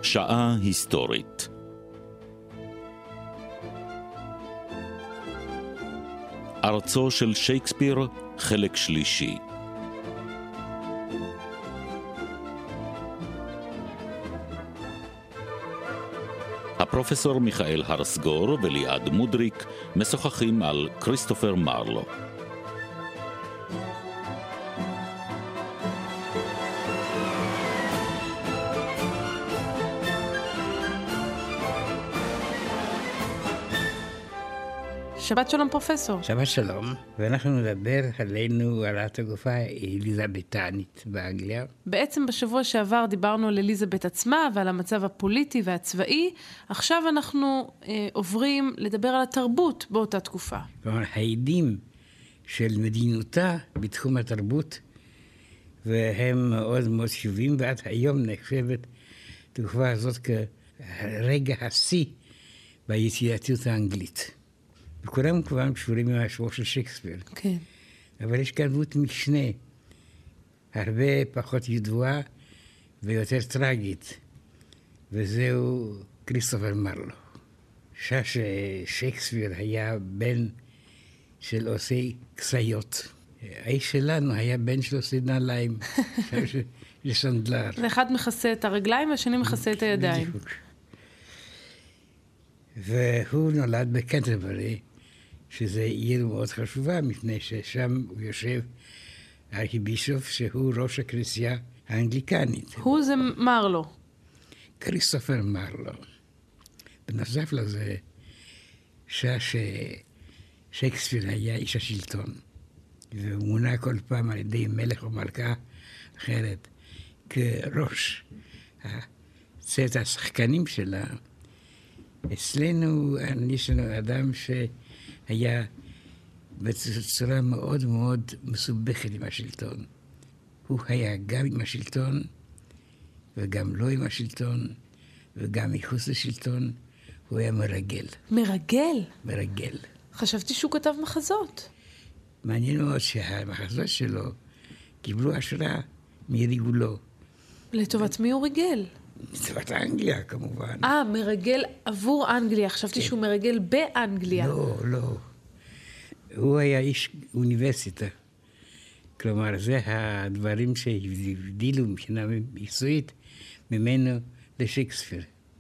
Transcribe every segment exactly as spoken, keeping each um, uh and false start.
שעה היסטורית. ארצו של שייקספיר, חלק שלישי. הפרופסור מיכאל הרסגור וליעד מודריק משוחחים על כריסטופר מרלו. שבת שלום פרופסור. שבת שלום, ואנחנו נדבר עלינו על התגופה האליזבתנית באנגליה. בעצם בשבוע שעבר דיברנו על אליזבת עצמה ועל המצב הפוליטי והצבאי. עכשיו אנחנו אה, עוברים לדבר על התרבות באותה תקופה. כלומר, העדים של מדינותה בתחום התרבות, והם מאוד מאוד חשובים, ועד היום נחשבת התקופה הזאת כרגע השיא ביצירתיות האנגלית. וכולם כמובן קשורים עם השמו של שייקספיר. כן. אבל יש כאן דמות משנה, הרבה פחות ידועה ויותר טרגית, וזהו כריסטופר מרלו. שעה ששייקספיר היה בן של עושי כסיות. האיש שלנו היה בן של עושי נעליים, של סנדלר. ואחד מכסה את הרגליים והשני מכסה את הידיים. והוא נולד בקנטרברי, שזה עיר מאוד חשובה, מפני ששם הוא יושב הארכיבישוף, שהוא ראש הכנסייה האנגליקנית. הוא זה מרלו. כריסטופר מרלו. בנוסף לזה, ששייקספיר היה איש השלטון, והוא מונה כל פעם על ידי מלך או מלכה אחרת, כראש צוות השחקנים שלה. אצלנו יש לנו אדם שהיה בצורה מאוד מאוד מסובכת עם השלטון. הוא היה גם עם השלטון, וגם לא עם השלטון, וגם מחוץ לשלטון. הוא היה מרגל. מרגל? מרגל. חשבתי שהוא כתב מחזות. מעניין מאוד שהמחזות שלו קיבלו השראה מריגולו. לטובת מי הוא ריגל? לטובת אנגליה, כמובן. אה, מרגל עבור אנגליה. חשבתי שהוא מרגל באנגליה. לא, לא. הוא היה איש אוניברסיטה. כלומר, זה הדברים שהבדילו מבחינה מקצועית ממנו לשייקספיר.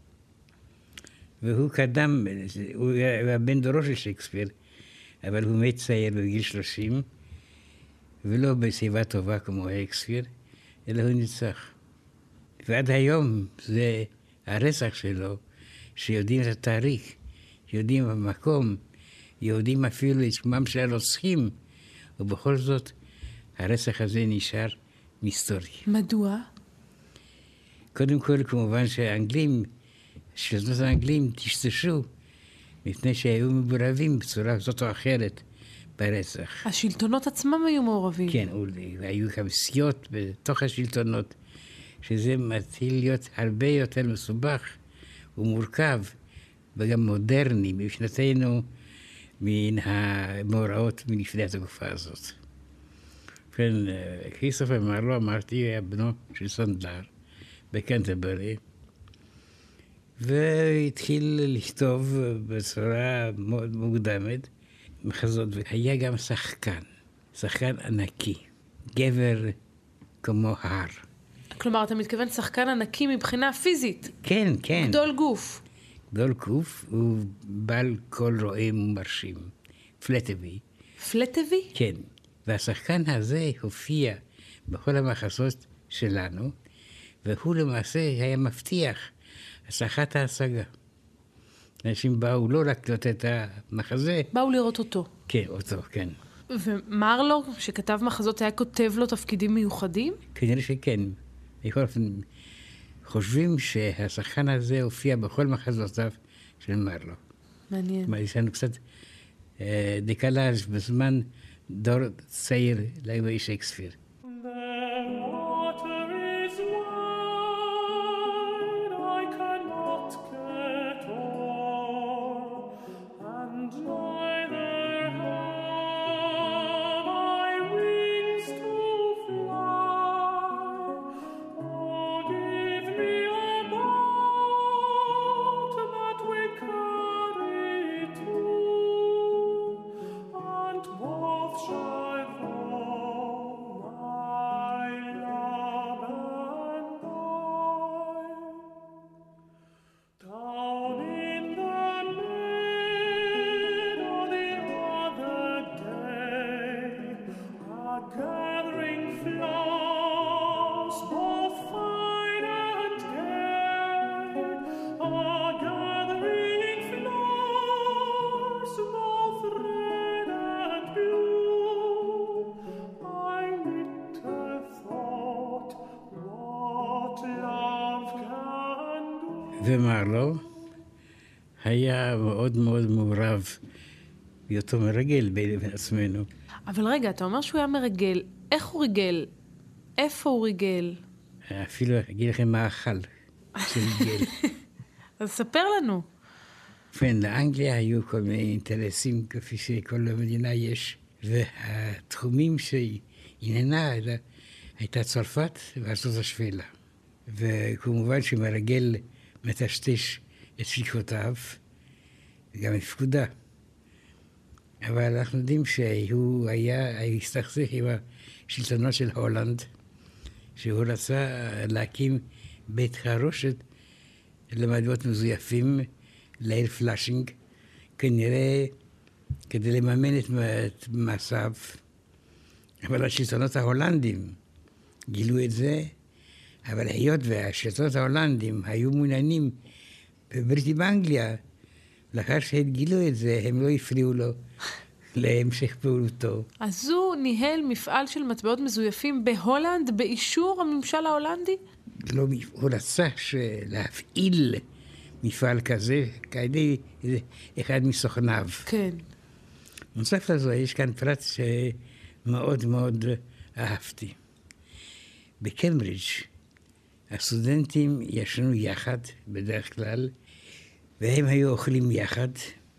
והוא קדם, הוא היה בן דורו של שייקספיר, אבל הוא מת צעיר בגיל שלושים, ולא בשיבה טובה כמו שייקספיר, אלא הוא ניצח. ועד היום זה הרצח שלו, שיודעים את התאריך, יודעים המקום, יודעים אפילו את שמם של הרוצחים, ובכל זאת הרצח הזה נשאר מיסטורי. מדוע? קודם כל, כמובן שהאנגלים, שלטונות האנגלים תשתשו, מפני שהיו מעורבים בצורה זאת או אחרת ברצח. השלטונות עצמם היו מעורבים. כן, היו כבסיות בתוך השלטונות, שזה מתחיל להיות הרבה יותר מסובך ומורכב, וגם מודרני בשנתנו מן המאורעות מלפני התקופה הזאת. כן, כריסטופר מרלו, אמרתי, היה בנו של סנדלר בקנטרברי, והתחיל לכתוב בצורה מאוד מוקדמת מחזות, והיה גם שחקן, שחקן ענקי, גבר כמו הר. כלומר, אתה מתכוון שחקן ענקי מבחינה פיזית. כן, כן. גדול גוף. גדול גוף, הוא בעל קול רועם ומרשים. פלטבי. פלטבי? כן. והשחקן הזה הופיע בכל המחזות שלנו, והוא למעשה היה מבטיח הצלחת ההצגה. אנשים באו לא רק לראות את המחזה. באו לראות אותו. כן, אותו, כן. ומרלו, שכתב מחזות, היה כותב לו תפקידים מיוחדים? כנראה שכן. בכל אופן, חושבים שהשחקן הזה הופיע בכל מחזותיו של מרלו. מעניין. יש לנו קצת אה, דקלאז' בזמן דור צעיר לימי שייקספיר. ומרלו היה מאוד מאוד מעורב בהיותו מרגל בעצמנו. אבל רגע, אתה אומר שהוא היה מרגל. איך הוא ריגל? איפה הוא ריגל? אפילו אגיד לכם מה אכל שריגל. אז ספר לנו. כן, לאנגליה היו כל מיני אינטרסים כפי שכל המדינה יש, והתחומים שעניינה הייתה צרפת וארצות השפלה. וכמובן שמרגל מטשטש את שליחותיו וגם את פקודה. אבל אנחנו יודעים שהוא היה, הסתכסך עם השלטונות של הולנד, שהוא רצה להקים בית חרושת למטבעות מזויפים, לעיר פלאשינג, כנראה כדי לממן את מעשיו. אבל השלטונות ההולנדים גילו את זה, אבל היות והשלטונות ההולנדים היו מעוניינים בבריטי באנגליה, לאחר שהם גילו את זה, הם לא הפריעו לו להמשך פעולתו. אז הוא ניהל מפעל של מטבעות מזויפים בהולנד באישור הממשל ההולנדי? לא, הוא רצה להפעיל מפעל כזה, כדי אחד מסוכניו. כן. נוסף לזו, יש כאן פרט שמאוד מאוד אהבתי. בקמברידג' הסטודנטים ישנו יחד בדרך כלל, והם היו אוכלים יחד,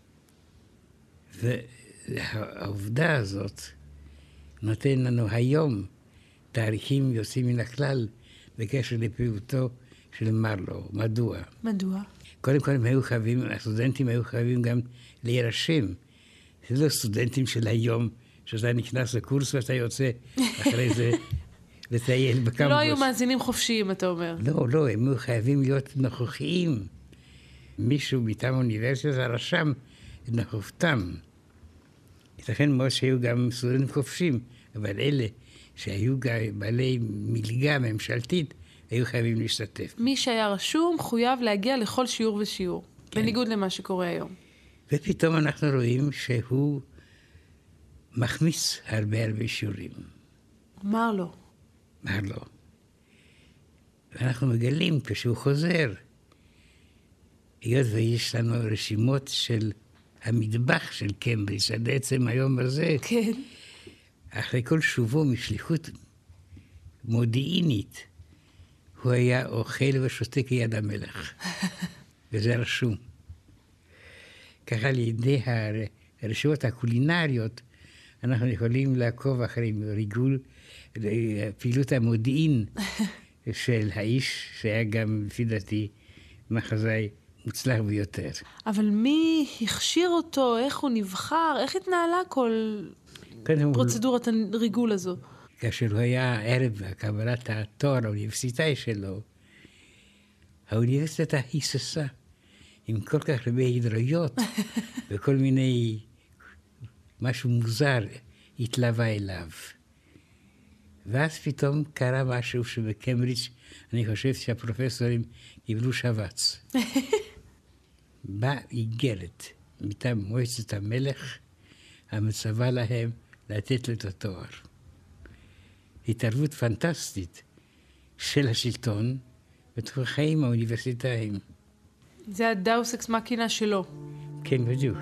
והעובדה הזאת נותן לנו היום תאריכים יוצאים מן הכלל בקשר לפעילותו של מרלו. מדוע? מדוע? קודם כל הם היו חייבים, הסטודנטים היו חייבים גם להירשם. זה לא סטודנטים של היום, שאתה נכנס לקורס ואתה יוצא אחרי זה לטייל בקמפוס. לא היו מאזינים חופשיים, אתה אומר. לא, לא, הם היו חייבים להיות נוכחים. מישהו מטעם האוניברסיטה רשם את נוכחותם. ייתכן מאוד שהיו גם סטודנטים חופשיים, אבל אלה שהיו בעלי מלגה ממשלתית, היו חייבים להשתתף. מי שהיה רשום חויב להגיע לכל שיעור ושיעור, כן. בניגוד למה שקורה היום. ופתאום אנחנו רואים שהוא מחמיץ הרבה הרבה שיעורים. מרלו. מרלו. ואנחנו מגלים כשהוא חוזר, היות ויש לנו רשימות של המטבח של קמברידג' עד עצם היום הזה. כן. אחרי כל שובו משליחות מודיעינית, הוא היה אוכל ושותה כיד המלך. וזה רשום. ככה על ידי הרשימות הקולינריות, אנחנו יכולים לעקוב אחרי ריגול, פעילות המודיעין של האיש, שהיה גם, לפי דעתי, מחזאי מוצלח ביותר. אבל מי הכשיר אותו? איך הוא נבחר? איך התנהלה כל פרוצדורת הריגול הזו? כאשר הוא היה ערב קבלת התואר האוניברסיטאי שלו, האוניברסיטה היססה עם כל כך הרבה הידרויות וכל מיני, משהו מוזר התלווה אליו. ואז פתאום קרה משהו שבקמברידג' אני חושב שהפרופסורים קיבלו שבץ. באה איגרת מטעם מועצת המלך המצווה להם לתת לו את התואר. התערבות פנטסטית של השלטון בתוך החיים האוניברסיטאיים. זה הדאוס אקס מאקינה שלו. כן, בדיוק.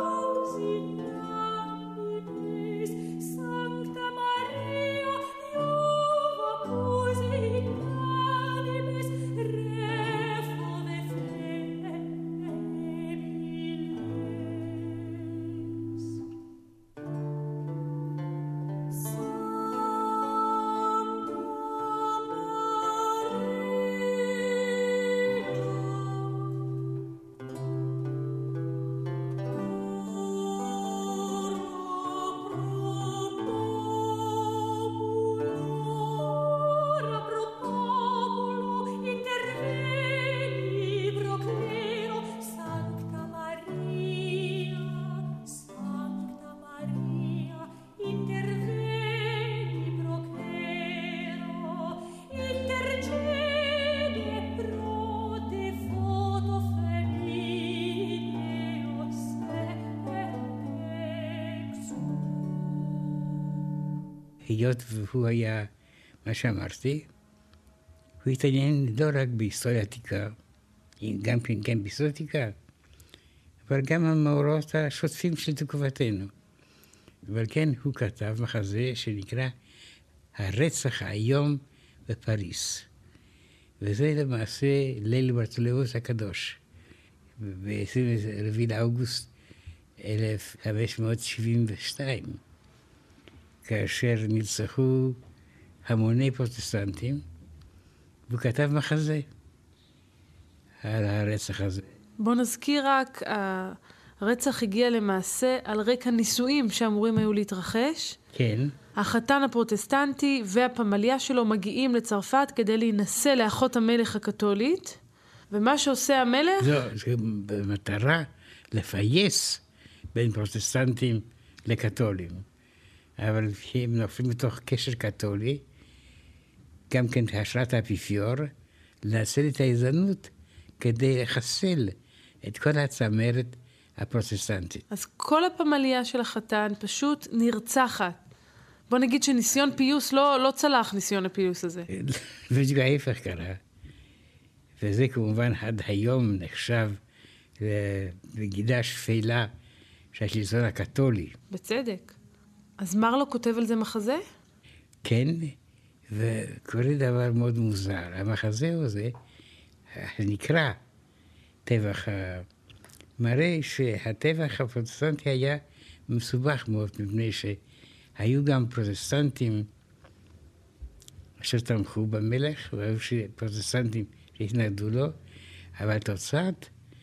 Sancta Maria, היות והוא היה, מה שאמרתי, הוא התעניין לא רק בהיסטוריה עתיקה, גם כן, כן בהיסטוריה עתיקה, אבל גם המאורעות השוטפים של תקופתנו. אבל כן, הוא כתב מחזה שנקרא הרצח האיום בפריס. וזה למעשה ליל ברטולאוס הקדוש. ב-עשרים וארבעה לאוגוסט אלף חמש מאות שבעים ושתיים, כאשר נרצחו המוני פרוטסטנטים, והוא כתב מחזה על הרצח הזה. בוא נזכיר רק, הרצח הגיע למעשה על רקע נישואים שאמורים היו להתרחש. כן. החתן הפרוטסטנטי והפמליה שלו מגיעים לצרפת כדי להינשא לאחות המלך הקתולית, ומה שעושה המלך... זו, זה במטרה לפייס בין פרוטסטנטים לקתולים. אבל הם נופלים בתוך קשר קתולי, גם כן השראת האפיפיור, לנצל את ההזדמנות כדי לחסל את כל הצמרת הפרוטסטנטית. אז כל הפמליה של החתן פשוט נרצחת. בוא נגיד שניסיון פיוס לא, לא צלח ניסיון הפיוס הזה. בדיוק ההפך קרה. וזה כמובן עד היום נחשב בגידה שפלה של השלטון הקתולי. בצדק. אז מרלו כותב על זה מחזה? כן, וקורה דבר מאוד מוזר. המחזה הזה נקרא טבח, מראה שהטבח הפרוטסטנטי היה מסובך מאוד, מפני שהיו גם פרוטסטנטים אשר תמכו במלך, והיו פרוטסטנטים שהתנגדו לו, אבל תוצאת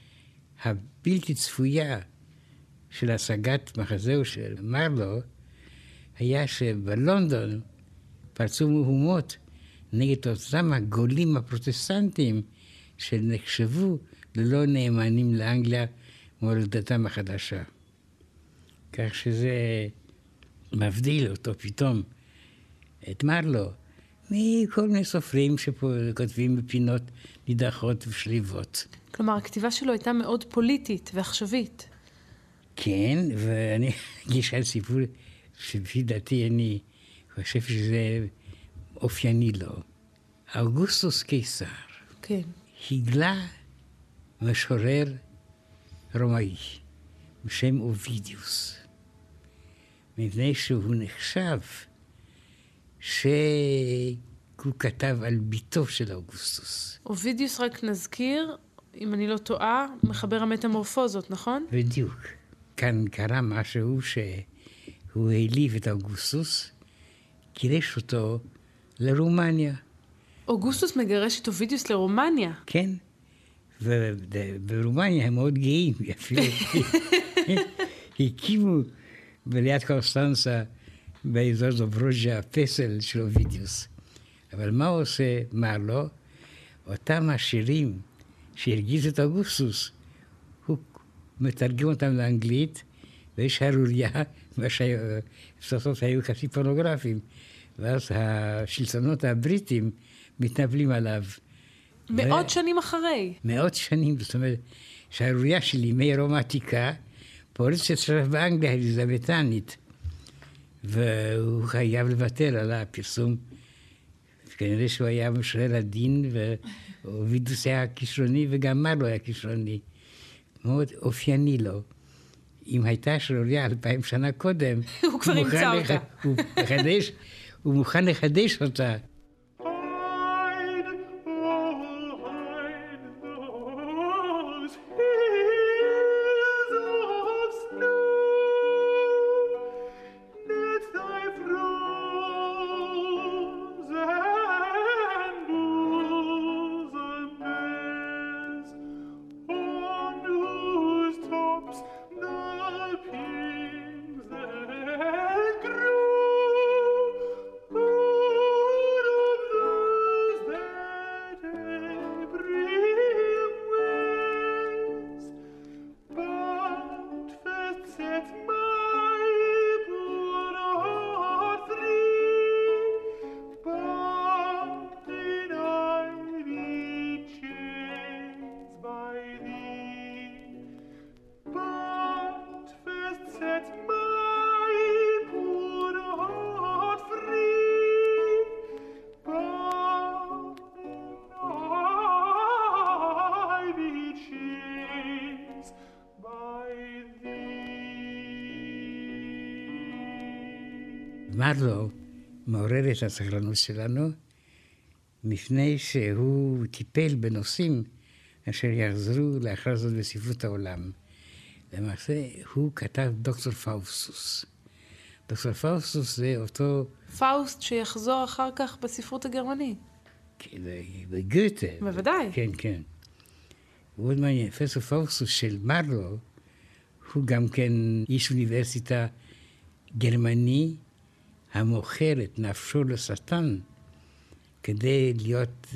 הבלתי צפויה של השגת מחזהו של מרלו, היה שבלונדון פרצו מהומות נגד אותם הגולים הפרוטסטנטים שנחשבו ללא נאמנים לאנגליה מולדתם החדשה. כך שזה מבדיל אותו פתאום, את מרלו, מכל מיני סופרים שכותבים בפינות נידחות ושליבות. כלומר, הכתיבה שלו הייתה מאוד פוליטית ועכשווית. כן, ואני אגיש על סיפור שלפי דעתי אני חושב שזה אופייני לו. אוגוסטוס קיסר. כן. הגלה משורר רומאי בשם אובידיוס, מפני שהוא נחשב שהוא כתב על ביתו של אוגוסטוס. אובידיוס, רק נזכיר, אם אני לא טועה, מחבר המטמורפוזות, נכון? בדיוק. כאן קרה משהו שהוא העליב את אוגוסטוס, גירש אותו לרומניה. אוגוסטוס מגרש את אובידיוס לרומניה? כן. וברומניה הם מאוד גאים, אפילו הקימו בליד קונסטנצה באזור דוברוג'ה פסל של אובידיוס. אבל מה עושה מרלו? אותם השירים שהרגיז את אוגוסטוס, הוא מתרגם אותם לאנגלית, ויש הרוריה, והסרטות היו כסי פורנוגרפיים, ואז השלטונות הבריטים מתנבלים עליו. מאות ו... שנים אחרי. מאות שנים, זאת אומרת, שהרוריה של ימי רומא עתיקה, פורצת עכשיו באנגליה האליזבתנית, והוא חייב לוותר על הפרסום. כנראה שהוא היה משורר הדין, ואובידיוס היה כישרוני, וגם מרלו היה כישרוני. מאוד אופייני לו. אם הייתה שרוריה אלפיים שנה קודם, הוא כבר ימצא אותה. הוא מחדש, הוא מוכן לחדש אותה. מרלו מעורר את הסקרנות שלנו, מפני שהוא טיפל בנושאים אשר יחזרו לאחר זאת בספרות העולם. למעשה, הוא כתב דוקטור פאוסטוס. דוקטור פאוסטוס זה אותו... פאוסט שיחזור אחר כך בספרות הגרמנית. בגוטה. בוודאי. כן, כן. מאוד מעניין, פרופסור פאוסטוס של מרלו, הוא גם כן איש אוניברסיטה גרמני, המוכר את נפשו לשטן, כדי להיות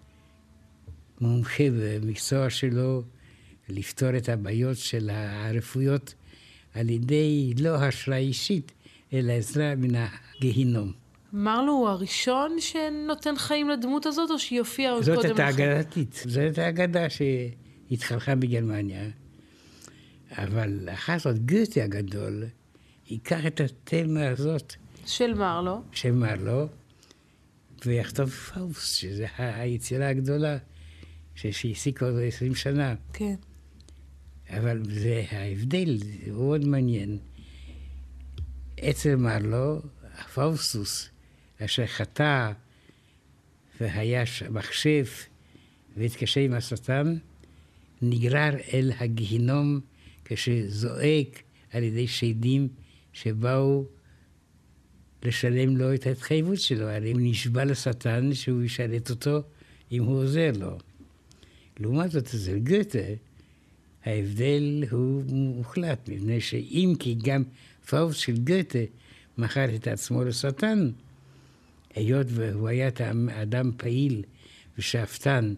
מומחה במקצוע שלו, לפתור את הבעיות של הרפואיות, על ידי לא השראה אישית, אלא עזרה מן הגהינום. מרלו הוא הראשון שנותן חיים לדמות הזאת, או שהיא הופיעה עוד קודם לכן? זאת הייתה אגדתית. זאת הייתה אגדה שהתחלחה בגרמניה. אבל אחר זאת גוטה הגדול, ייקח את התמה הזאת. של מרלו. של מרלו, ויכתוב פאוסט, שזו היצירה הגדולה, שהעסיקה עוד עשרים שנה. כן. אבל זה ההבדל, זה מאוד מעניין. אצל מרלו, פאוסטוס, אשר חטא והיה מחשב והתקשר עם השטן, נגרר אל הגהינום כשזועק על ידי שדים שבאו לשלם לו את ההתחייבות שלו. הרי הוא נשבע לשטן שהוא ישרת אותו אם הוא עוזר לו. לעומת זאת, אצל גוטה, ההבדל הוא מוחלט, מפני שאם כי גם פאוסט של גוטה מכר את עצמו לשטן, היות והוא היה אדם פעיל ושאפתן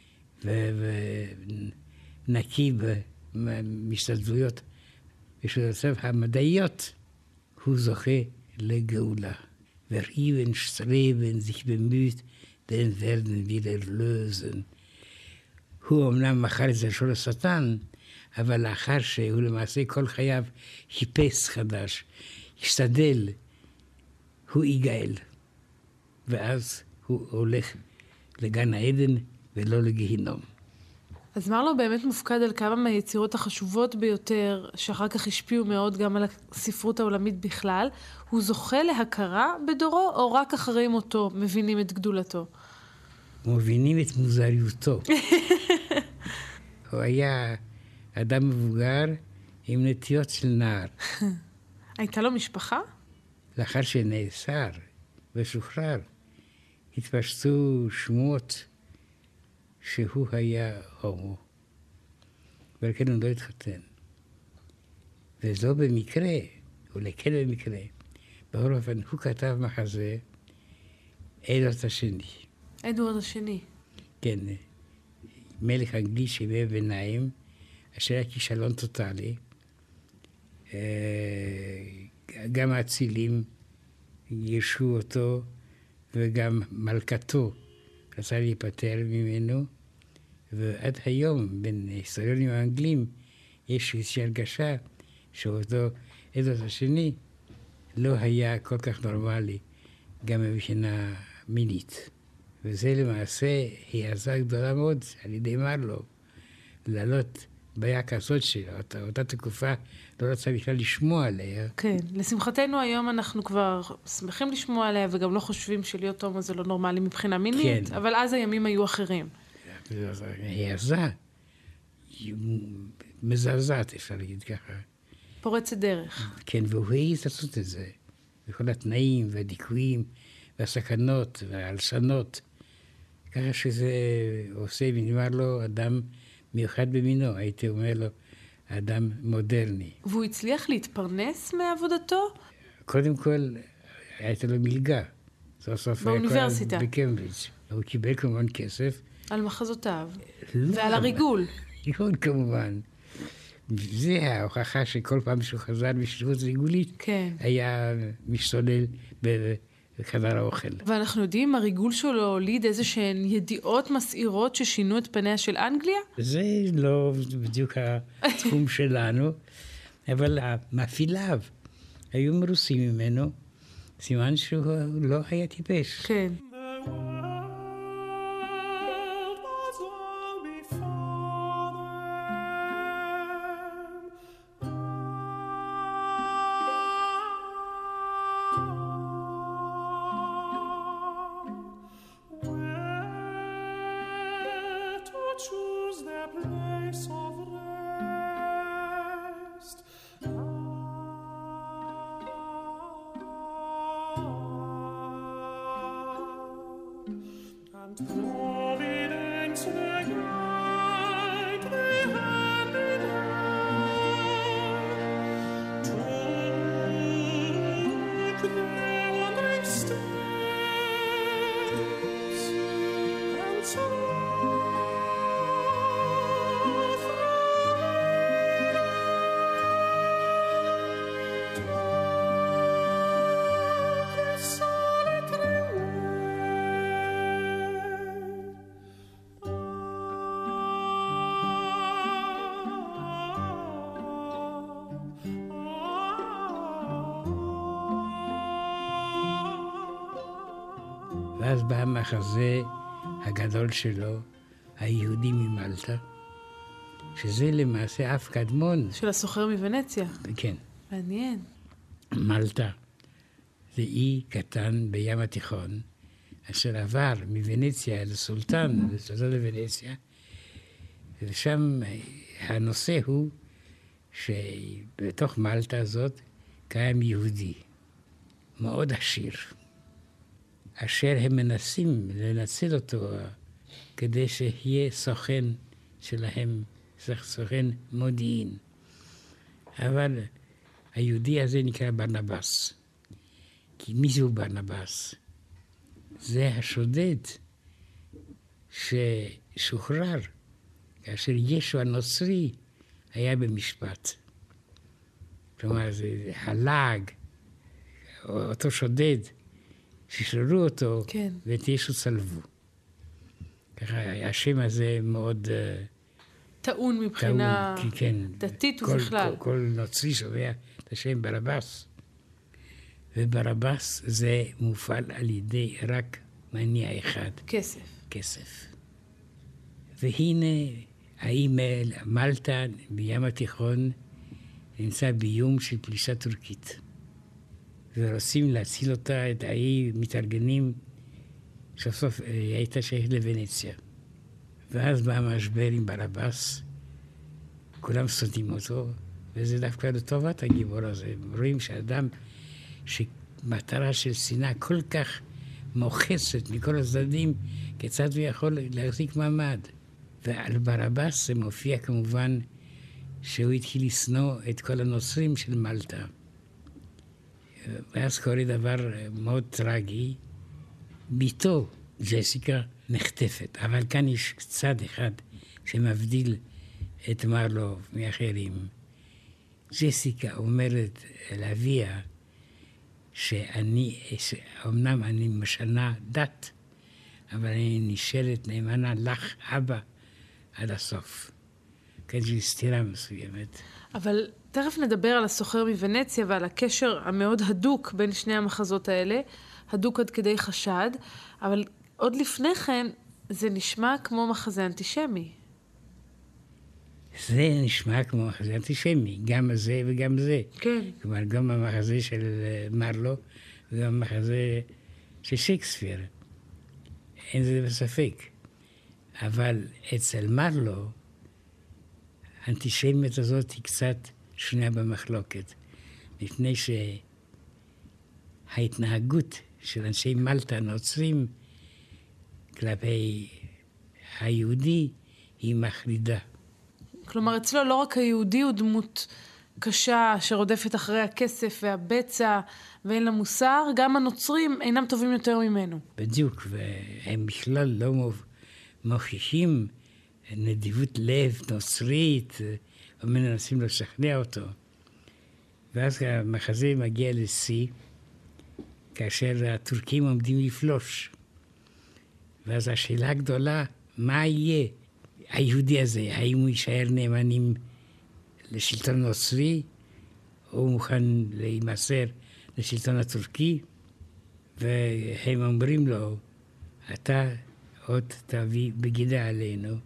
ונקי במשתלבויות ושותפיו המדעיות, הוא זוכה לגאולה. Wer ihnen streben, sich bemüht, den werden wieder lösen. הוא אמנם מכר את זה של השטן, אבל לאחר שהוא למעשה כל חייו חיפש חדש, השתדל, הוא יגאל. ואז הוא הולך לגן העדן ולא לגיהינום. אז מרלו באמת מופקד על כמה מהיצירות החשובות ביותר, שאחר כך השפיעו מאוד גם על הספרות העולמית בכלל. הוא זוכה להכרה בדורו, או רק אחרי מותו מבינים את גדולתו? מבינים את מוזריותו. הוא היה אדם מבוגר עם נטיות של נער. הייתה לו משפחה? לאחר שנאסר ושוחרר, התפשטו שמועות שהוא היה הומו. אבל כן הוא לא התחתן. וזו במקרה, אולי כן במקרה. בכל אופן, הוא כתב מחזה אדוארד השני. אדוארד השני. כן, מלך אנגלי שימי הביניים, אשר היה כישלון טוטלי. גם האצילים גירשו אותו, וגם מלכתו רצה להיפטר ממנו, ועד היום בין היסטוריונים האנגלים יש איזושהי הרגשה שאותו אדוארד השני לא היה כל כך נורמלי, גם מבחינה מינית. וזה למעשה העזה גדולה מאוד על ידי מרלו, להעלות בעיה כזאת שאותה תקופה לא רצה בכלל לשמוע עליה. כן, לשמחתנו היום אנחנו כבר שמחים לשמוע עליה, וגם לא חושבים שלהיות הומו זה לא נורמלי מבחינה מינית, כן. אבל אז הימים היו אחרים. העזה, מזעזעת, אפשר להגיד ככה. פורצת דרך. כן, והוא העז לעשות את זה, בכל התנאים והדיכויים והסכנות וההלשנות, ככה שזה עושה ונאמר לו אדם מיוחד במינו, הייתי אומר לו, אדם מודרני. והוא הצליח להתפרנס מעבודתו? קודם כל, הייתה לו מלגה. באוניברסיטה. בקמברידג'. הוא קיבל כמובן כסף. על מחזותיו. לא, ועל הריגול. ריגול כמובן. זה ההוכחה שכל פעם שהוא חזר בשליחות ריגולית, כן. היה משתולל בחדר האוכל. ואנחנו יודעים, הריגול שלו הוליד איזה שהן ידיעות מסעירות ששינו את פניה של אנגליה? זה לא בדיוק התחום שלנו, אבל המפעיליו היו מרוסים ממנו, סימן שהוא לא היה טיפש. כן. ואז בא המחזה הגדול שלו, היהודי ממלטה, שזה למעשה אף קדמון. של הסוחר מוונציה. כן. מעניין. מלטה זה אי קטן בים התיכון, אשר עבר מוונציה לסולטן, לסולטן לוונציה, ושם הנושא הוא שבתוך מלטה הזאת קיים יהודי מאוד עשיר, אשר הם מנסים לנצל אותו כדי שיהיה סוכן שלהם, סוכן מודיעין. אבל היהודי הזה נקרא ברנבס. כי מי זהו ברנבס? זה השודד ששוחרר כאשר ישו הנוצרי היה במשפט. כלומר, זה הלעג, אותו שודד, ששחררו אותו, כן. ואת ישו צלבו. ככה, השם הזה מאוד טעון מבחינה טעון, כן, דתית כל, ובכלל. כל, כל נוצרי שומע את השם ברבס. וברבס זה מופעל על ידי רק מניע אחד. כסף. כסף. והנה, האי מלטה בים התיכון נמצא באיום של פלישה טורקית. ורוצים להציל אותה, את האי מתארגנים, סוף סוף היא הייתה שייכת לוונציה. ואז בא המשבר עם ברבס, כולם סותים אותו, וזה דווקא לטובת הגיבור הזה. רואים שאדם שמטרה של שנאה כל כך מוחצת מכל הצדדים, כיצד הוא יכול להחזיק מעמד. ועל ברבס זה מופיע כמובן שהוא התחיל לשנוא את כל הנוצרים של מלטה. ואז קורה דבר מאוד טרגי, ביתו, ג'סיקה, נחטפת. אבל כאן יש צד אחד שמבדיל את מרלו מאחרים. ג'סיקה אומרת לאביה שאני, אמנם אני משנה דת, אבל אני נשארת נאמנה לך, אבא, עד הסוף. כן, זו סתירה מסוימת. אבל תכף נדבר על הסוחר מוונציה ועל הקשר המאוד הדוק בין שני המחזות האלה, הדוק עד כדי חשד, אבל עוד לפני כן זה נשמע כמו מחזה אנטישמי. זה נשמע כמו מחזה אנטישמי, גם זה וגם זה. כן. כלומר, גם המחזה של מרלו וגם המחזה של שייקספיר. אין זה בספק. אבל אצל מרלו, האנטישמיות הזאת היא קצת שונה במחלוקת, מפני שההתנהגות של אנשי מלטה הנוצרים כלפי היהודי היא מחרידה. כלומר, אצלו לא רק היהודי הוא דמות קשה שרודפת אחרי הכסף והבצע ואין לה מוסר, גם הנוצרים אינם טובים יותר ממנו. בדיוק, והם בכלל לא מוכיחים נדיבות לב נוצרית, ומנסים לשכנע אותו. ואז המחזה מגיע לשיא, כאשר הטורקים עומדים לפלוש. ואז השאלה הגדולה, מה יהיה היהודי הזה? האם הוא יישאר נאמנים לשלטון נוצרי, או הוא מוכן להימסר לשלטון הטורקי? והם אומרים לו, אתה עוד תביא בגידה עלינו.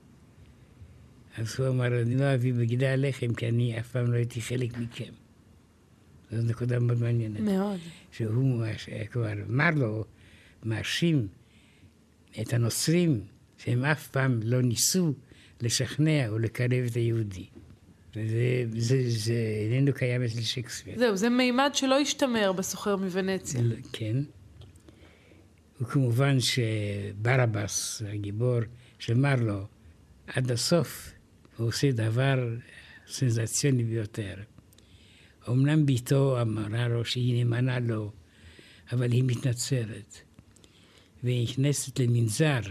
אז הוא אמר, אני לא אביא בגידה עליכם, כי אני אף פעם לא הייתי חלק מכם. זו נקודה מאוד מעניינת. מאוד. שהוא כבר אמר לו, מאשים את הנוצרים, שהם אף פעם לא ניסו לשכנע או לקרב את היהודי. וזה זה, זה איננו קיים אצל שייקספיר. זהו, זה מימד שלא ישתמר בסוחר מוונציה. כן. וכמובן שברבס, הגיבור שאמר לו, עד הסוף הוא עושה דבר סנסציוני ביותר. אמנם ביתו אמרה לו שהיא נאמנה לו, אבל היא מתנצרת. והיא נכנסת למנזר.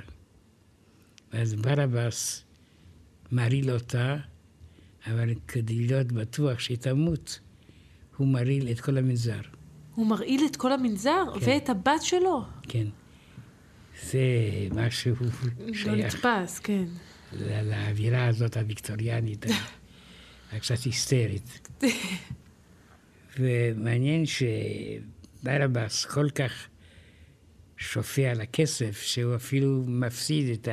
ואז ברבס מריל אותה, אבל כדי להיות בטוח שהיא תמות, הוא מריל את כל המנזר. הוא מרעיל את כל המנזר? כן. ואת הבת שלו? כן. זה משהו שייך. לא נתפס, כן. לאווירה הזאת הוויקטוריאנית, קצת היסטרית. ומעניין שברבס כל כך שופע על הכסף, שהוא אפילו מפסיד את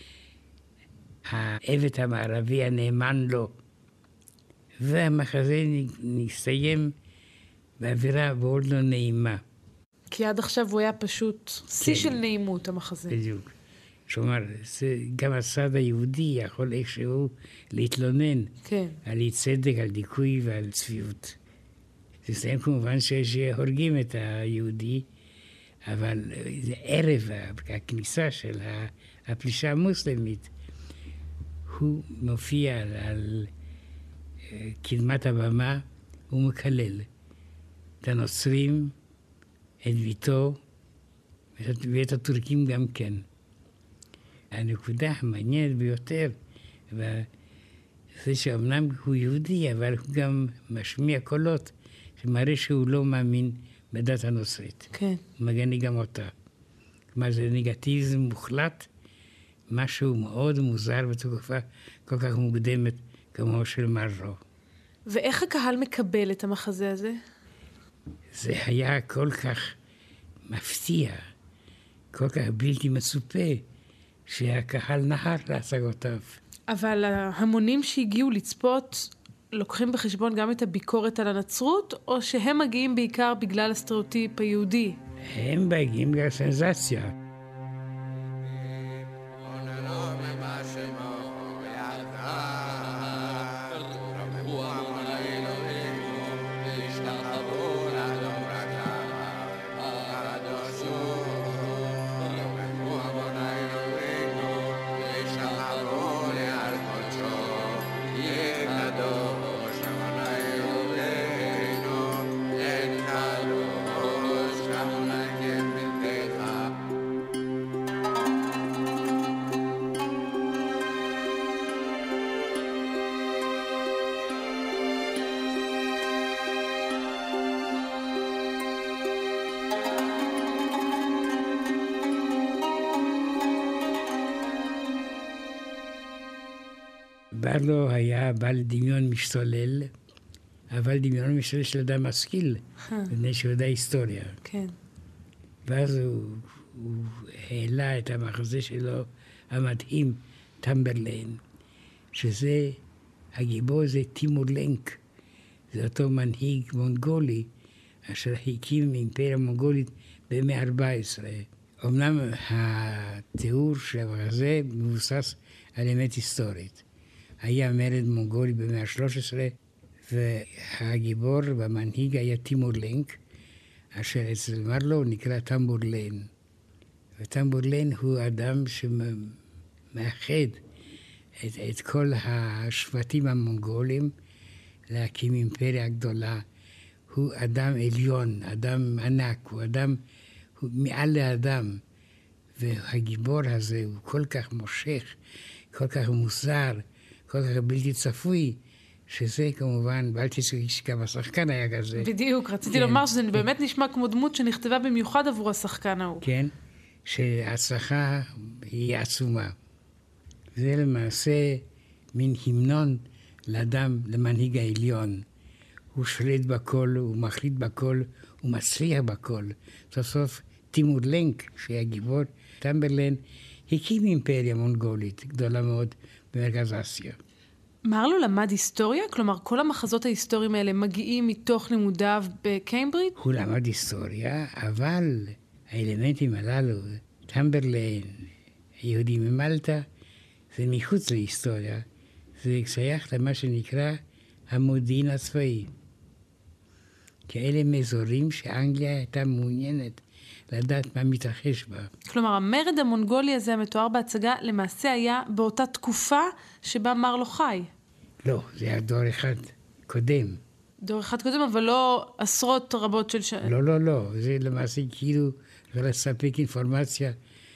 העבד המערבי הנאמן לו. והמחזה נסתיים באווירה מאוד לא נעימה. כי עד עכשיו הוא היה פשוט שיא כן. של נעימות, המחזה. בדיוק. כלומר, גם הצד היהודי יכול איכשהו להתלונן כן. על אי צדק, על דיכוי ועל צביעות. זה מסתיים כמובן שהורגים את היהודי, אבל זה ערב הכניסה של הפלישה המוסלמית, הוא מופיע על, על קדמת הבמה, הוא מקלל את הנוצרים, את ביתו, ואת הטורקים גם כן. הנקודה המעניינת ביותר, זה שאומנם הוא יהודי, אבל הוא גם משמיע קולות, שמראה שהוא לא מאמין בדת הנוצרית. כן. הוא מגנה גם אותה. כלומר, זה נגטיזם מוחלט, משהו מאוד מוזר בתקופה כל כך מוקדמת כמו של מרלו. ואיך הקהל מקבל את המחזה הזה? זה היה כל כך מפתיע, כל כך בלתי מצופה, שהקהל נהר להצגותיו. אבל ההמונים שהגיעו לצפות לוקחים בחשבון גם את הביקורת על הנצרות, או שהם מגיעים בעיקר בגלל הסטריאוטיפ היהודי? הם מגיעים בגלל סנסציה. מרלו היה בעל דמיון משתולל, אבל דמיון משתולל של אדם משכיל, מפני שהוא יודע היסטוריה. כן. ואז הוא, הוא העלה את המחזה שלו המדהים, טמברליין, שזה, הגיבור זה טימור לנק, זה אותו מנהיג מונגולי, אשר הקים אימפריה מונגולית במאה ה-ארבע עשרה. אמנם התיאור של המחזה מבוסס על אמת היסטורית. היה מרד מונגולי במאה ה-שלוש עשרה, והגיבור והמנהיג היה טימור לנק, אשר אצל מרלו נקרא טמברליין. וטמברליין הוא אדם שמאחד את, את כל השבטים המונגולים להקים אימפריה גדולה. הוא אדם עליון, אדם ענק, הוא אדם, הוא מעל לאדם. והגיבור הזה הוא כל כך מושך, כל כך מוזר, כל כך בלתי צפוי, שזה כמובן, ואל תצאי שגם השחקן היה כזה. בדיוק, רציתי לומר שזה באמת נשמע כמו דמות שנכתבה במיוחד עבור השחקן ההוא. כן, שההצלחה היא עצומה. זה למעשה מין המנון לאדם, למנהיג העליון. הוא שולט בכל, הוא מחליט בכל, הוא מצליח בכל. סוף סוף טימור לנק, שהיה גיבור, טמברליין, הקים אימפריה מונגולית גדולה מאוד במרכז אסיה. מרלו למד היסטוריה? כלומר, כל המחזות ההיסטוריים האלה מגיעים מתוך לימודיו בקיימברידג'? הוא למד היסטוריה, אבל האלמנטים הללו, טמברליין, היהודי ממלטה, זה מחוץ להיסטוריה. זה שייך למה שנקרא המודיעין הצבאי. כאלה מאזורים שאנגליה הייתה מעוניינת לדעת מה מתרחש בה. כלומר, המרד המונגולי הזה המתואר בהצגה למעשה היה באותה תקופה שבה מרלו חי. לא, זה היה דור אחד קודם. דור אחד קודם, אבל לא עשרות רבות של שנים. לא, לא, לא. זה למעשה כאילו לספק אינפורמציה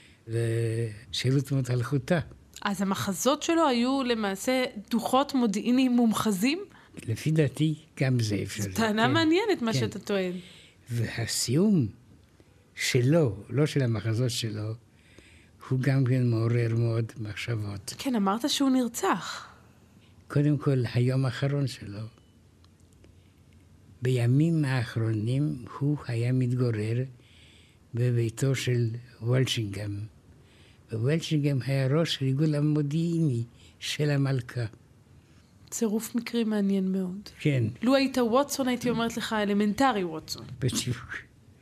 לשירות מאוד הלכותה. אז המחזות שלו היו למעשה דוחות מודיעיניים מומחזים? לפי דעתי, גם זה אפשר. זו טענה כן, מעניינת מה כן. שאתה טוען. והסיום שלו, לא של המחזות שלו, הוא גם כן מעורר מאוד מחשבות. כן, אמרת שהוא נרצח. קודם כל, היום האחרון שלו. בימים האחרונים הוא היה מתגורר בביתו של וולשינגהם. ווולשינגהם היה ראש ריגול המודיעיני של המלכה. צירוף מקרי מעניין מאוד. כן. לו היית ווטסון, הייתי אומרת לך אלמנטרי ווטסון. בדיוק.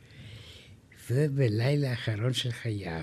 ובלילה האחרון של חייו,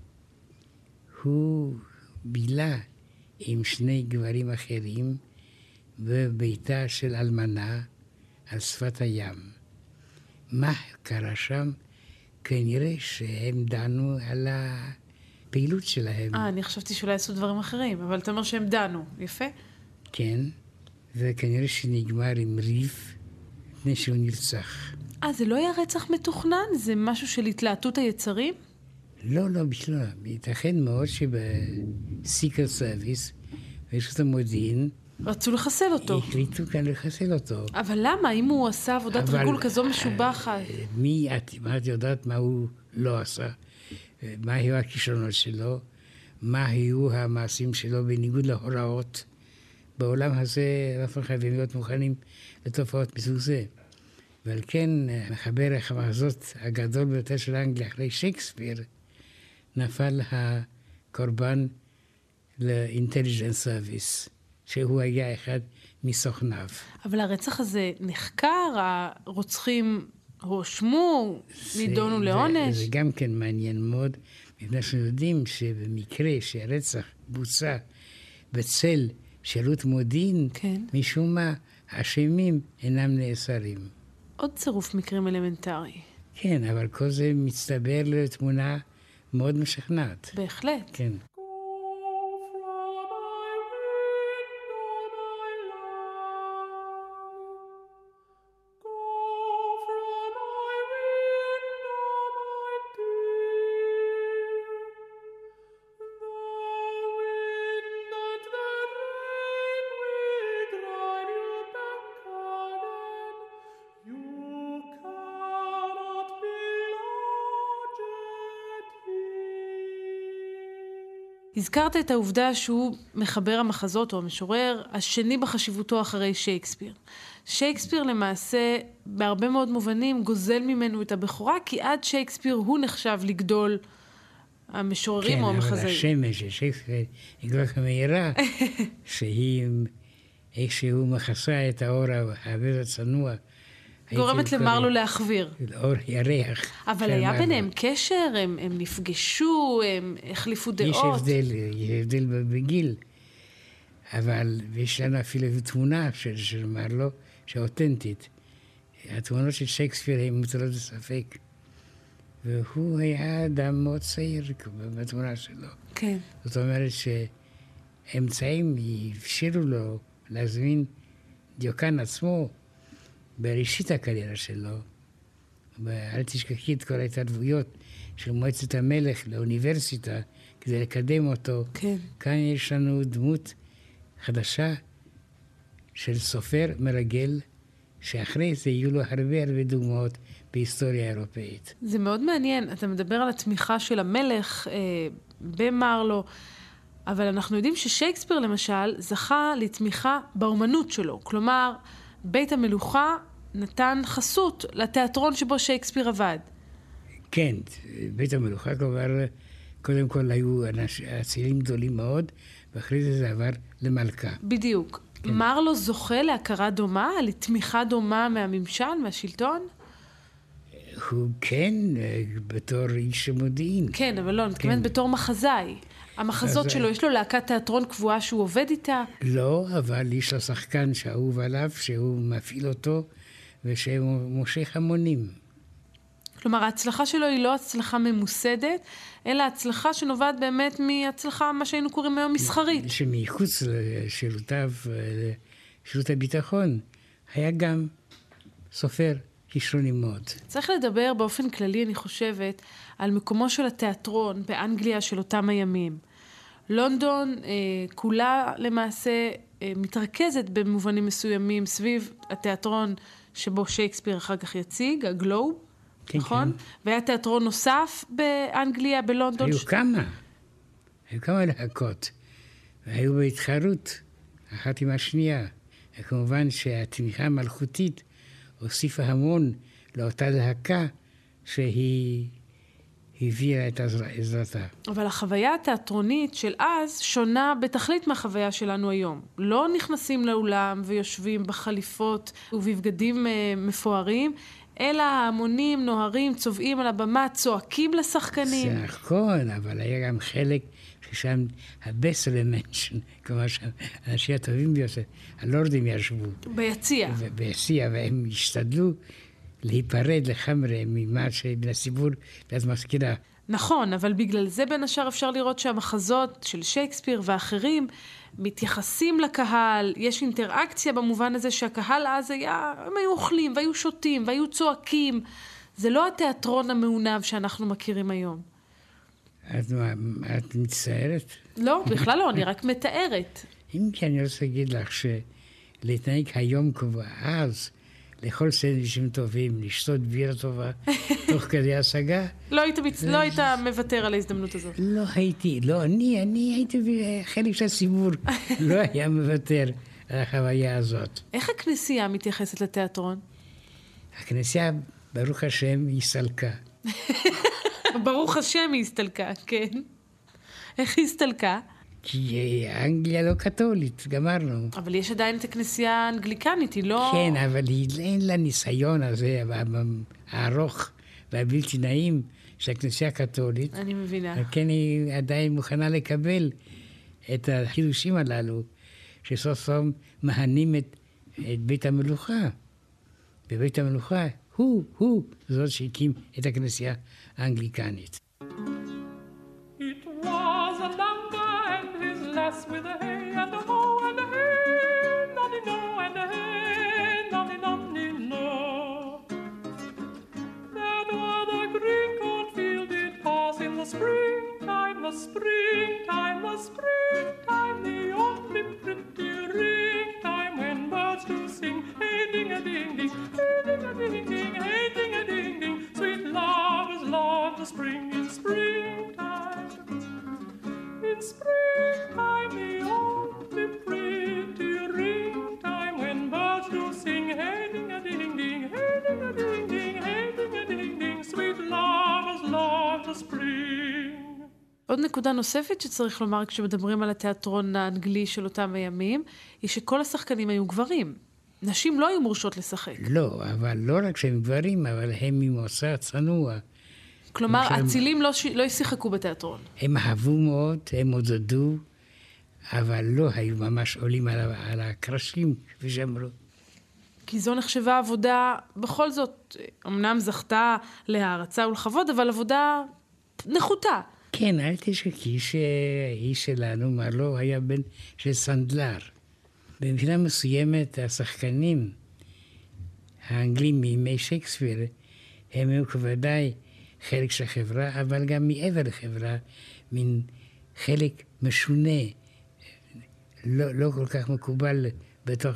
הוא בילה עם שני גברים אחרים בביתה של אלמנה על שפת הים. מה קרה שם? כנראה שהם דנו על הפעילות שלהם. אה, אני חשבתי שאולי עשו דברים אחרים, אבל אתה אומר שהם דנו. יפה? כן, וכנראה שנגמר עם ריב, לפני שהוא נרצח. אה, זה לא היה רצח מתוכנן? זה משהו של התלהטות היצרים? לא, לא, בכלל. ייתכן מאוד שבסיקרט סרוויס, ויש את המודיעין, רצו לחסל אותו. החליטו כאן לחסל אותו. אבל למה? אם הוא עשה עבודת אבל, ריגול כזו משובחת. מי את, מה את יודעת מה הוא לא עשה? מה היו הכישרונות שלו? מה היו המעשים שלו בניגוד להוראות? בעולם הזה אנחנו חייבים להיות מוכנים לתופעות מסוג זה. ועל כן, מחבר המחזות הגדול ביותר של אנגליה אחרי שייקספיר, נפל הקורבן לאינטליג'נס סרוויס, שהוא היה אחד מסוכניו. אבל הרצח הזה נחקר, הרוצחים הואשמו, נידונו לעונש. זה גם כן מעניין מאוד, מפני שאנחנו יודעים שבמקרה שהרצח בוצע בצל שירות מודיעין, כן. משום מה האשמים אינם נאסרים. עוד צירוף מקרים אלמנטרי. כן, אבל כל זה מצטבר לתמונה מאוד משכנעת. בהחלט. כן. הזכרת את העובדה שהוא מחבר המחזות או המשורר השני בחשיבותו אחרי שייקספיר. שייקספיר למעשה בהרבה מאוד מובנים גוזל ממנו את הבכורה, כי עד שייקספיר הוא נחשב לגדול המשוררים כן, או המחזאים. כן, אבל השמש של שייקספיר היא כל כך מהירה, שהיא איכשהו מכסה את האור העבד הצנוע. גורמת למרלו להחביר. אור ירח. אבל היה ביניהם קשר, הם, הם נפגשו, הם החליפו דעות. יש הבדל, יש הבדל בגיל. אבל יש לנו אפילו תמונה של, של מרלו, שאותנטית. התמונות של שייקספיר הן מוטלות בספק. והוא היה אדם מאוד צעיר בתמונה שלו. כן. זאת אומרת שאמצעים אפשרו לו להזמין דיוקן עצמו, בראשית הקריירה שלו, ואל תשכחי את כל ההתערבויות של מועצת המלך לאוניברסיטה, כדי לקדם אותו. כן. כאן יש לנו דמות חדשה של סופר מרגל, שאחרי זה יהיו לו הרבה הרבה דוגמאות בהיסטוריה האירופאית. זה מאוד מעניין. אתה מדבר על התמיכה של המלך אה, במרלו, אבל אנחנו יודעים ששייקספיר למשל זכה לתמיכה באומנות שלו. כלומר, בית המלוכה נתן חסות לתיאטרון שבו שייקספיר עבד. כן, בית המלוכה כבר, קודם כל היו אצילים גדולים מאוד, ואחרי זה זה עבר למלכה. בדיוק. כן. מרלו זוכה להכרה דומה, לתמיכה דומה מהממשל, מהשלטון? הוא כן, בתור איש מודיעין. כן, אבל לא, נתכוונת כן. בתור מחזאי. המחזות שלו, יש לו להקת תיאטרון קבועה שהוא עובד איתה? לא, אבל יש לו שחקן שאהוב עליו, שהוא מפעיל אותו, ושמושך המונים. כלומר, ההצלחה שלו היא לא הצלחה ממוסדת, אלא הצלחה שנובעת באמת מהצלחה, מה שהיינו קוראים היום מסחרית. שמחוץ לשירותיו, שירות הביטחון, היה גם סופר כישרוני מאוד. צריך לדבר באופן כללי, אני חושבת, על מקומו של התיאטרון באנגליה של אותם הימים. לונדון אה, כולה למעשה אה, מתרכזת במובנים מסוימים סביב התיאטרון שבו שייקספיר אחר כך יציג, הגלוב, כן, נכון? כן. והיה תיאטרון נוסף באנגליה, בלונדון. היו ש... כמה, היו כמה להקות, והיו בהתחרות אחת עם השנייה. וכמובן שהתמיכה המלכותית הוסיפה המון לאותה להקה שהיא הביאה את עזרתה. אבל החוויה התיאטרונית של אז שונה בתכלית מהחוויה שלנו היום. לא נכנסים לאולם ויושבים בחליפות ובבגדים מפוארים, אלא ההמונים נוהרים, צובעים על הבמה, צועקים לשחקנים. זה נכון, אבל היה גם חלק ששם הבסט אלמנט, כלומר שאנשים הטובים ביותר, הלורדים ישבו. ביציע. ביציע, והם השתדלו להיפרד לחמרי ממה שבסיפור ואת מזכירה. נכון, אבל בגלל זה בין השאר אפשר לראות שהמחזות של שייקספיר ואחרים מתייחסים לקהל, יש אינטראקציה במובן הזה שהקהל אז היה, הם היו אוכלים והיו שותים והיו צועקים. זה לא התיאטרון המעונב שאנחנו מכירים היום. את, את מצטערת? לא, בכלל לא, אני רק מתארת. אם כי אני רוצה להגיד לך שלהתנהג היום כבר אז, לאכול סנדוויצ'ים טובים, לשתות בירה טובה, תוך כדי השגה. לא היית, מצ... לא היית מוותר על ההזדמנות הזאת. לא הייתי, לא, אני, אני הייתי חלק של הציבור, לא היה מוותר על החוויה הזאת. איך הכנסייה מתייחסת לתיאטרון? הכנסייה, ברוך השם, היא סלקה. ברוך השם היא הסתלקה, כן. איך היא הסתלקה? כי אנגליה לא קתולית, גמרנו. אבל יש עדיין את הכנסייה האנגליקנית, היא לא... כן, אבל היא, אין לה ניסיון הזה, הארוך והבלתי נעים של הכנסייה הקתולית. אני מבינה. כן, היא עדיין מוכנה לקבל את החידושים הללו, שסוף סוף מהנים את, את בית המלוכה. בבית המלוכה, הוא, הוא, זאת שהקים את הכנסייה האנגליקנית. With a hey and a ho and a hey, nonny no and a hey, nonny nonny no. Then o'er the green cornfield did pass in the springtime, the springtime, the springtime, the only pretty ringtime when birds do sing, hey ding a ding ding, hey ding a ding ding, hey ding a ding ding. Sweet lovers love the spring in springtime, in springtime. עוד נקודה נוספת שצריך לומר כשמדברים על התיאטרון האנגלי של אותם הימים, היא שכל השחקנים היו גברים. נשים לא היו מורשות לשחק. לא, אבל לא רק שהם גברים, אבל הם ממוצא צנוע. כלומר, הצילים לא, ש... לא ישחקו בתיאטרון. הם אהבו מאוד, הם עודדו, אבל לא היו ממש עולים על, על הקרשים, כפי שאמרו. כי זו נחשבה עבודה, בכל זאת, אמנם זכתה להערצה ולכבוד, אבל עבודה נחותה. כן, אל תשכחי שהאיש שלנו, מרלו, היה בן של סנדלר. במדינה מסוימת, השחקנים האנגלים מימי שייקספיר, הם היו כבוודאי חלק של החברה, אבל גם מעבר לחברה, מין חלק משונה, לא, לא כל כך מקובל בתוך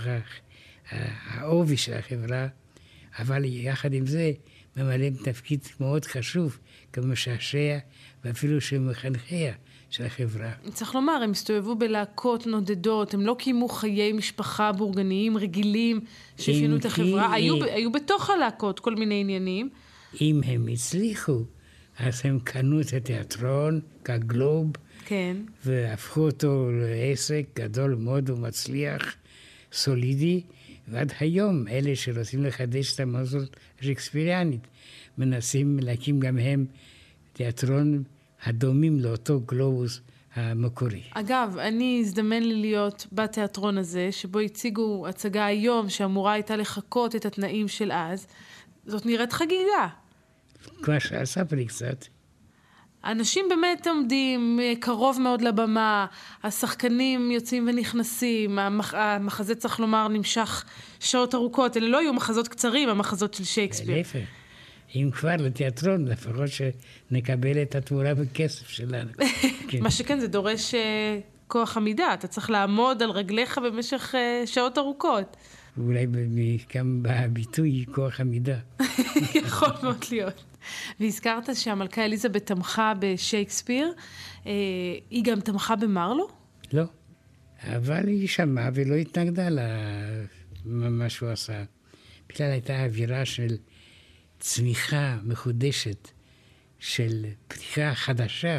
העובי של החברה, אבל יחד עם זה ממלאים תפקיד מאוד חשוב, כמשעשע ואפילו שמחנכיה של החברה. צריך לומר, הם הסתובבו בלהקות נודדות, הם לא קיימו חיי משפחה בורגניים רגילים שאפיינו את החברה, היו, היו בתוך הלהקות כל מיני עניינים. אם הם הצליחו, אז הם קנו את התיאטרון כגלוב, כן. והפכו אותו לעסק גדול מאוד ומצליח, סולידי, ועד היום אלה שרוצים לחדש את המסורת השייקספיריאנית, מנסים להקים גם הם תיאטרון הדומים לאותו גלובוס המקורי. אגב, אני הזדמן לי להיות בתיאטרון הזה, שבו הציגו הצגה היום שאמורה הייתה לחכות את התנאים של אז. זאת נראית חגיגה. כמו ספרי קצת. אנשים באמת עומדים קרוב מאוד לבמה, השחקנים יוצאים ונכנסים, המח... המחזה צריך לומר נמשך שעות ארוכות, אלה לא היו מחזות קצרים, המחזות של שייקספיר. להפך, אם כבר לתיאטרון, לפחות שנקבל את התמורה בכסף שלנו. כן. מה שכן, זה דורש uh, כוח עמידה, אתה צריך לעמוד על רגליך במשך uh, שעות ארוכות. אולי גם בביטוי כוח עמידה. יכול מאוד להיות. והזכרת שהמלכה אליזבת תמכה בשייקספיר, היא גם תמכה במרלו? לא, אבל היא שמעה ולא התנגדה למה שהוא עשה. בכלל הייתה אווירה של צמיחה מחודשת של פתיחה חדשה,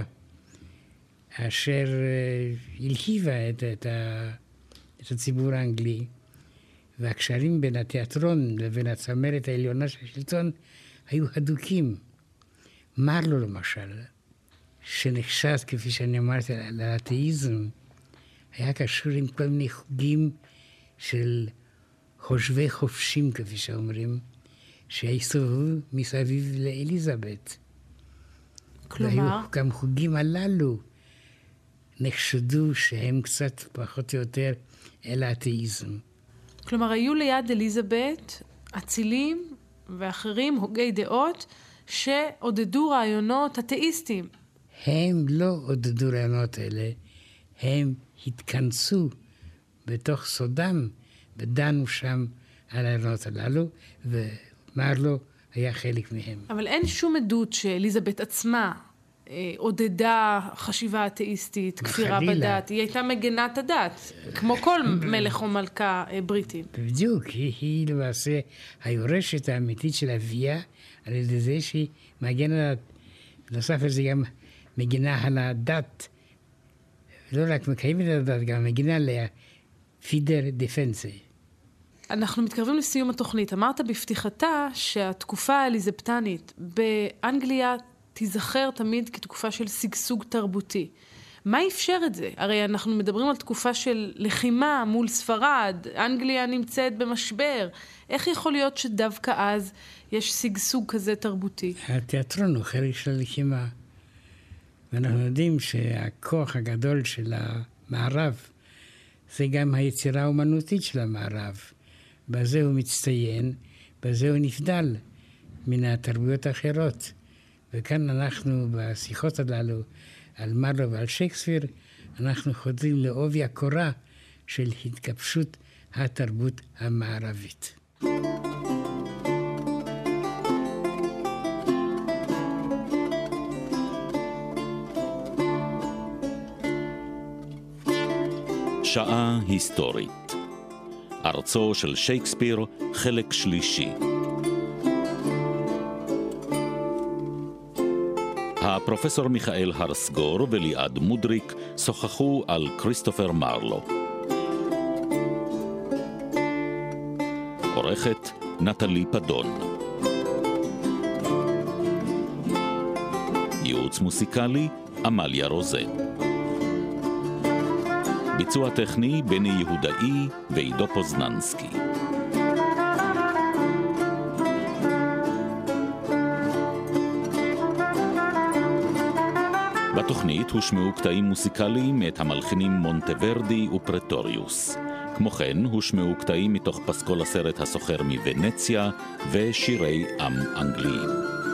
אשר הלהיבה את, את, ה, את הציבור האנגלי, והקשרים בין התיאטרון לבין הצמרת העליונה של השלטון היו הדוקים. מרלו למשל, שנחשד, כפי שאני אמרתי, לאתאיזם, היה קשור עם כל מיני חוגים של חושבי חופשים, כפי שאומרים, שהסתובבו מסביב לאליזבת. כלומר? והיו גם חוגים הללו נחשדו שהם קצת פחות או יותר אל האתאיזם. כלומר, היו ליד אליזבת אצילים ואחרים, הוגי דעות, שעודדו רעיונות אתאיסטיים. הם לא עודדו רעיונות אלה, הם התכנסו בתוך סודם, ודנו שם על הרעיונות הללו, ומרלו היה חלק מהם. אבל אין שום עדות שאליזבת עצמה אה, עודדה חשיבה אתאיסטית, כפירה בדת. היא הייתה מגנת הדת, כמו כל מלך או מלכה אה, בריטים. בדיוק, היא, היא למעשה היורשת האמיתית של אביה, על ידי זה שהיא מגנה על הדת. נוסף על זה גם מגינה על הדת, לא רק מקיימת את הדת, גם מגינה עליה פידר דפנסי. אנחנו מתקרבים לסיום התוכנית. אמרת בפתיחתה שהתקופה האליזבטנית באנגליה תיזכר תמיד כתקופה של סגסוג תרבותי. מה אפשר את זה? הרי אנחנו מדברים על תקופה של לחימה מול ספרד, אנגליה נמצאת במשבר. איך יכול להיות שדווקא אז יש סגסוג כזה תרבותי? התיאטרון הוא חלק של לחימה. ואנחנו יודעים שהכוח הגדול של המערב זה גם היצירה האומנותית של המערב. בזה הוא מצטיין, בזה הוא נפדל מן התרבויות האחרות. וכאן אנחנו בשיחות הללו על מרלו ועל שייקספיר, אנחנו חודרים לעובי הקורה של התגבשות התרבות המערבית. שעה היסטורית. ארצו של שייקספיר, חלק שלישי. הפרופסור מיכאל הרסגור וליעד מודריק שוחחו על כריסטופר מרלו. עורכת נטלי פדון. ייעוץ מוסיקלי אמליה רוזן. ביצוע טכני בני יהודאי ועידו פוזננסקי. בתוכנית הושמעו קטעים מוסיקליים מאת המלחינים מונטוורדי ופרטוריוס. כמו כן הושמעו קטעים מתוך פסקול הסרט הסוחר מוונציה ושירי עם אנגליים.